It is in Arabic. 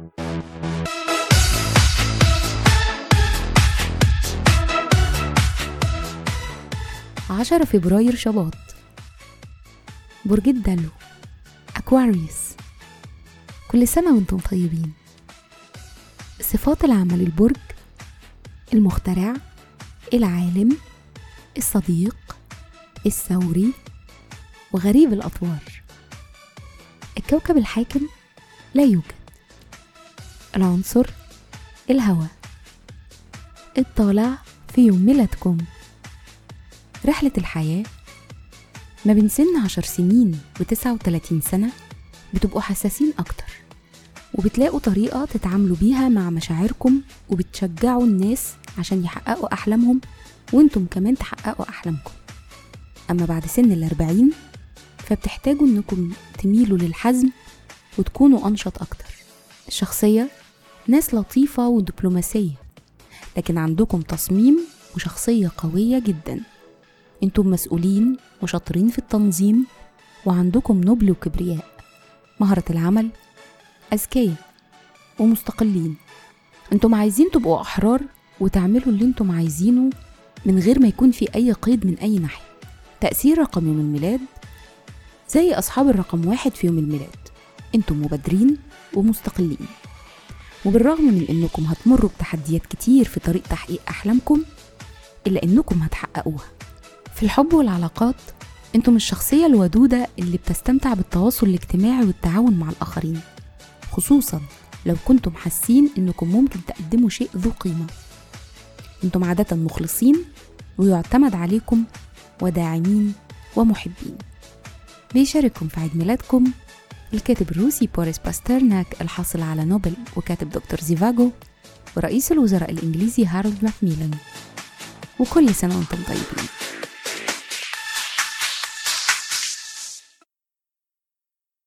عشرة فبراير شباط، برج الدلو، أكواريوس. كل سنة وانتم طيبين. صفات العمل البرج: المخترع، العالم، الصديق، الثوري، وغريب الأطوار. الكوكب الحاكم لا يوجد. العنصر الهواء. الطالع في يوم ميلادكم. رحلة الحياة ما بين سن 10 سنين و39 سنة بتبقوا حساسين أكتر، وبتلاقوا طريقة تتعاملوا بيها مع مشاعركم، وبتشجعوا الناس عشان يحققوا أحلامهم وانتم كمان تحققوا أحلامكم. أما بعد سن 40 فبتحتاجوا انكم تميلوا للحزم وتكونوا أنشط أكتر. الشخصية ناس لطيفة ودبلوماسية، لكن عندكم تصميم وشخصية قوية جدا. انتم مسؤولين وشاطرين في التنظيم، وعندكم نبل وكبرياء. مهارة العمل، أذكياء ومستقلين. انتم عايزين تبقوا أحرار وتعملوا اللي انتم عايزينه من غير ما يكون في أي قيد من أي ناحية. تأثير رقم يوم الميلاد: زي أصحاب الرقم 1 في يوم الميلاد، انتم مبادرين ومستقلين، وبالرغم من انكم هتمروا بتحديات كتير في طريق تحقيق أحلامكم إلا انكم هتحققوها. في الحب والعلاقات انتم الشخصية الودودة اللي بتستمتع بالتواصل الاجتماعي والتعاون مع الآخرين، خصوصا لو كنتم حاسين انكم ممكن تقدموا شيء ذو قيمة. انتم عادة مخلصين ويعتمد عليكم، وداعمين ومحبين. بيشارككم في عيد ميلادكم الكاتب الروسي بوريس باسترناك الحاصل على نوبل، وكاتب دكتور زيفاغو، ورئيس الوزراء الإنجليزي هارولد ماكميلان. وكل سنة وانتم طيبين.